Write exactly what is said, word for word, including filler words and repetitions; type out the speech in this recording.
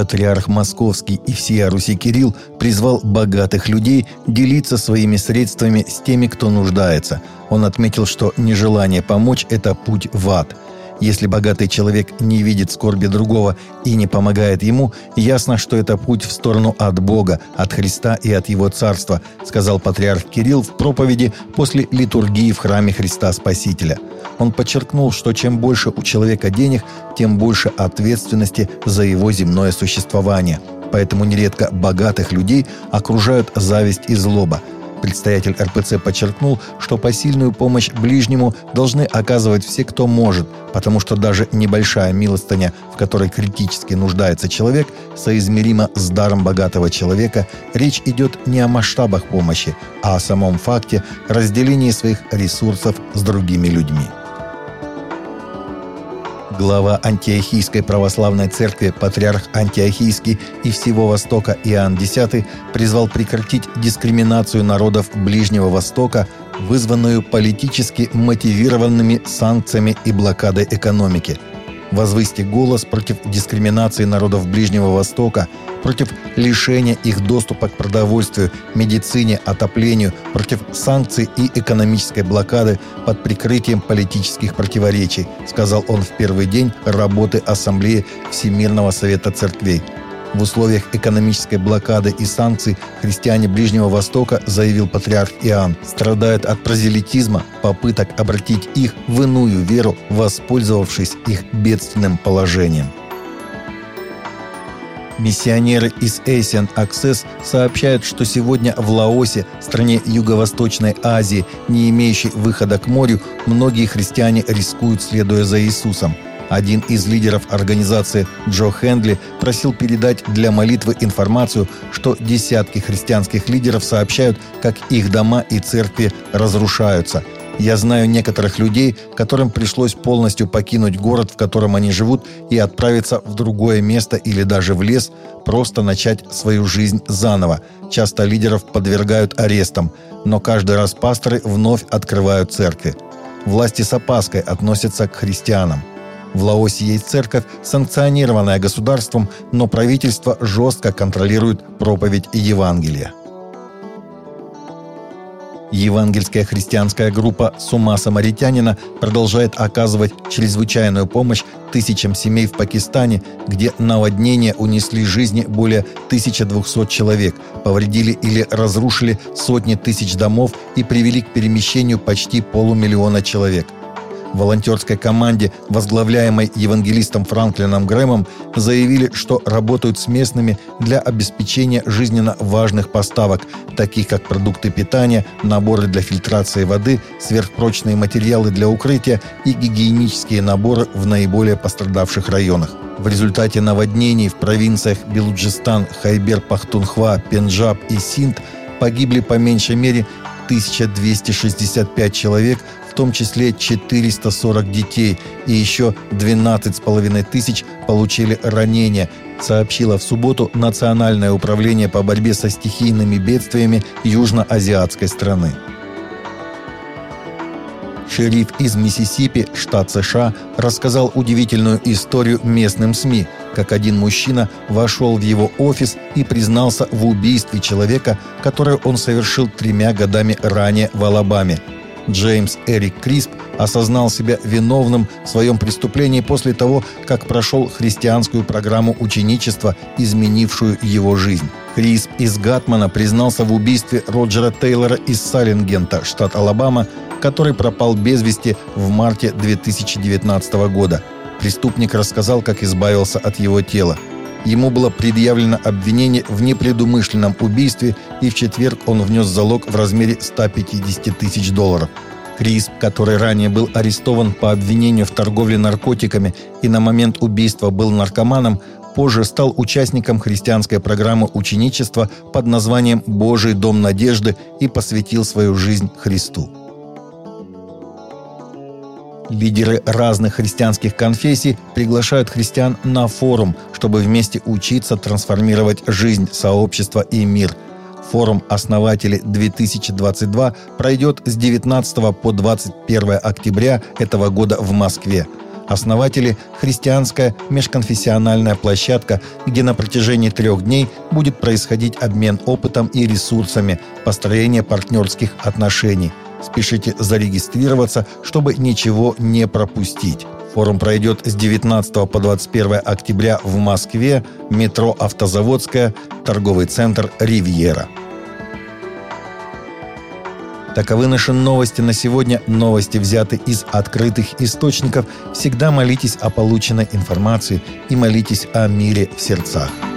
Патриарх Московский и всея Руси Кирилл призвал богатых людей делиться своими средствами с теми, кто нуждается. Он отметил, что нежелание помочь – это путь в ад. Если богатый человек не видит скорби другого и не помогает ему, ясно, что это путь в сторону от Бога, от Христа и от Его Царства, сказал патриарх Кирилл в проповеди после литургии в храме Христа Спасителя. Он подчеркнул, что чем больше у человека денег, тем больше ответственности за его земное существование. Поэтому нередко богатых людей окружают зависть и злоба. Предстоятель эр пэ цэ подчеркнул, что посильную помощь ближнему должны оказывать все, кто может, потому что даже небольшая милостыня, в которой критически нуждается человек, соизмерима с даром богатого человека. Речь идет не о масштабах помощи, а о самом факте разделения своих ресурсов с другими людьми. Глава Антиохийской православной церкви, патриарх Антиохийский и всего Востока Иоанн X призвал прекратить дискриминацию народов Ближнего Востока, вызванную политически мотивированными санкциями и блокадой экономики. Возвысьте голос против дискриминации народов Ближнего Востока, против лишения их доступа к продовольствию, медицине, отоплению, против санкций и экономической блокады под прикрытием политических противоречий, сказал он в первый день работы Ассамблеи Всемирного Совета Церквей. В условиях экономической блокады и санкций христиане Ближнего Востока, заявил патриарх Иоанн, страдают от прозелитизма, попыток обратить их в иную веру, воспользовавшись их бедственным положением. Миссионеры из Asian Access сообщают, что сегодня в Лаосе, стране Юго-Восточной Азии, не имеющей выхода к морю, многие христиане рискуют, следуя за Иисусом. Один из лидеров организации, Джо Хендли, просил передать для молитвы информацию, что десятки христианских лидеров сообщают, как их дома и церкви разрушаются. «Я знаю некоторых людей, которым пришлось полностью покинуть город, в котором они живут, и отправиться в другое место или даже в лес, просто начать свою жизнь заново. Часто лидеров подвергают арестам, но каждый раз пасторы вновь открывают церкви. Власти с опаской относятся к христианам. В Лаосе есть церковь, санкционированная государством, но правительство жестко контролирует проповедь Евангелия». Евангельская христианская группа «С ума самаритянина» продолжает оказывать чрезвычайную помощь тысячам семей в Пакистане, где наводнения унесли жизни более тысячи двухсот человек, повредили или разрушили сотни тысяч домов и привели к перемещению почти полумиллиона человек. В волонтерской команде, возглавляемой евангелистом Франклином Грэмом, заявили, что работают с местными для обеспечения жизненно важных поставок, таких как продукты питания, наборы для фильтрации воды, сверхпрочные материалы для укрытия и гигиенические наборы в наиболее пострадавших районах. В результате наводнений в провинциях Белуджистан, Хайбер-Пахтунхва, Пенджаб и Синд погибли по меньшей мере тысяча двести шестьдесят пять человек, в том числе четыреста сорок детей, и еще двенадцать с половиной тысяч получили ранения, сообщило в субботу Национальное управление по борьбе со стихийными бедствиями южноазиатской страны. Шериф из Миссисипи, штат США, рассказал удивительную историю местным СМИ, как один мужчина вошел в его офис и признался в убийстве человека, которое он совершил тремя годами ранее в Алабаме. Джеймс Эрик Крисп осознал себя виновным в своем преступлении после того, как прошел христианскую программу ученичества, изменившую его жизнь. Крисп из Гатмана признался в убийстве Роджера Тейлора из Саллингента, штат Алабама, который пропал без вести в марте две тысячи девятнадцатого года. Преступник рассказал, как избавился от его тела. Ему было предъявлено обвинение в непредумышленном убийстве, и в четверг он внес залог в размере ста пятидесяти тысяч долларов. Крисп, который ранее был арестован по обвинению в торговле наркотиками и на момент убийства был наркоманом, позже стал участником христианской программы ученичества под названием «Божий дом надежды» и посвятил свою жизнь Христу. Лидеры разных христианских конфессий приглашают христиан на форум, чтобы вместе учиться трансформировать жизнь, сообщество и мир. Форум «Основатели две тысячи двадцать два» пройдет с девятнадцатого по двадцать первое октября этого года в Москве. Основатели – христианская межконфессиональная площадка, где на протяжении трех дней будет происходить обмен опытом и ресурсами, построение партнерских отношений. Спешите зарегистрироваться, чтобы ничего не пропустить. Форум пройдет с девятнадцатого по двадцать первое октября в Москве, метро «Автозаводская», торговый центр «Ривьера». Таковы наши новости на сегодня. Новости взяты из открытых источников. Всегда молитесь о полученной информации и молитесь о мире в сердцах.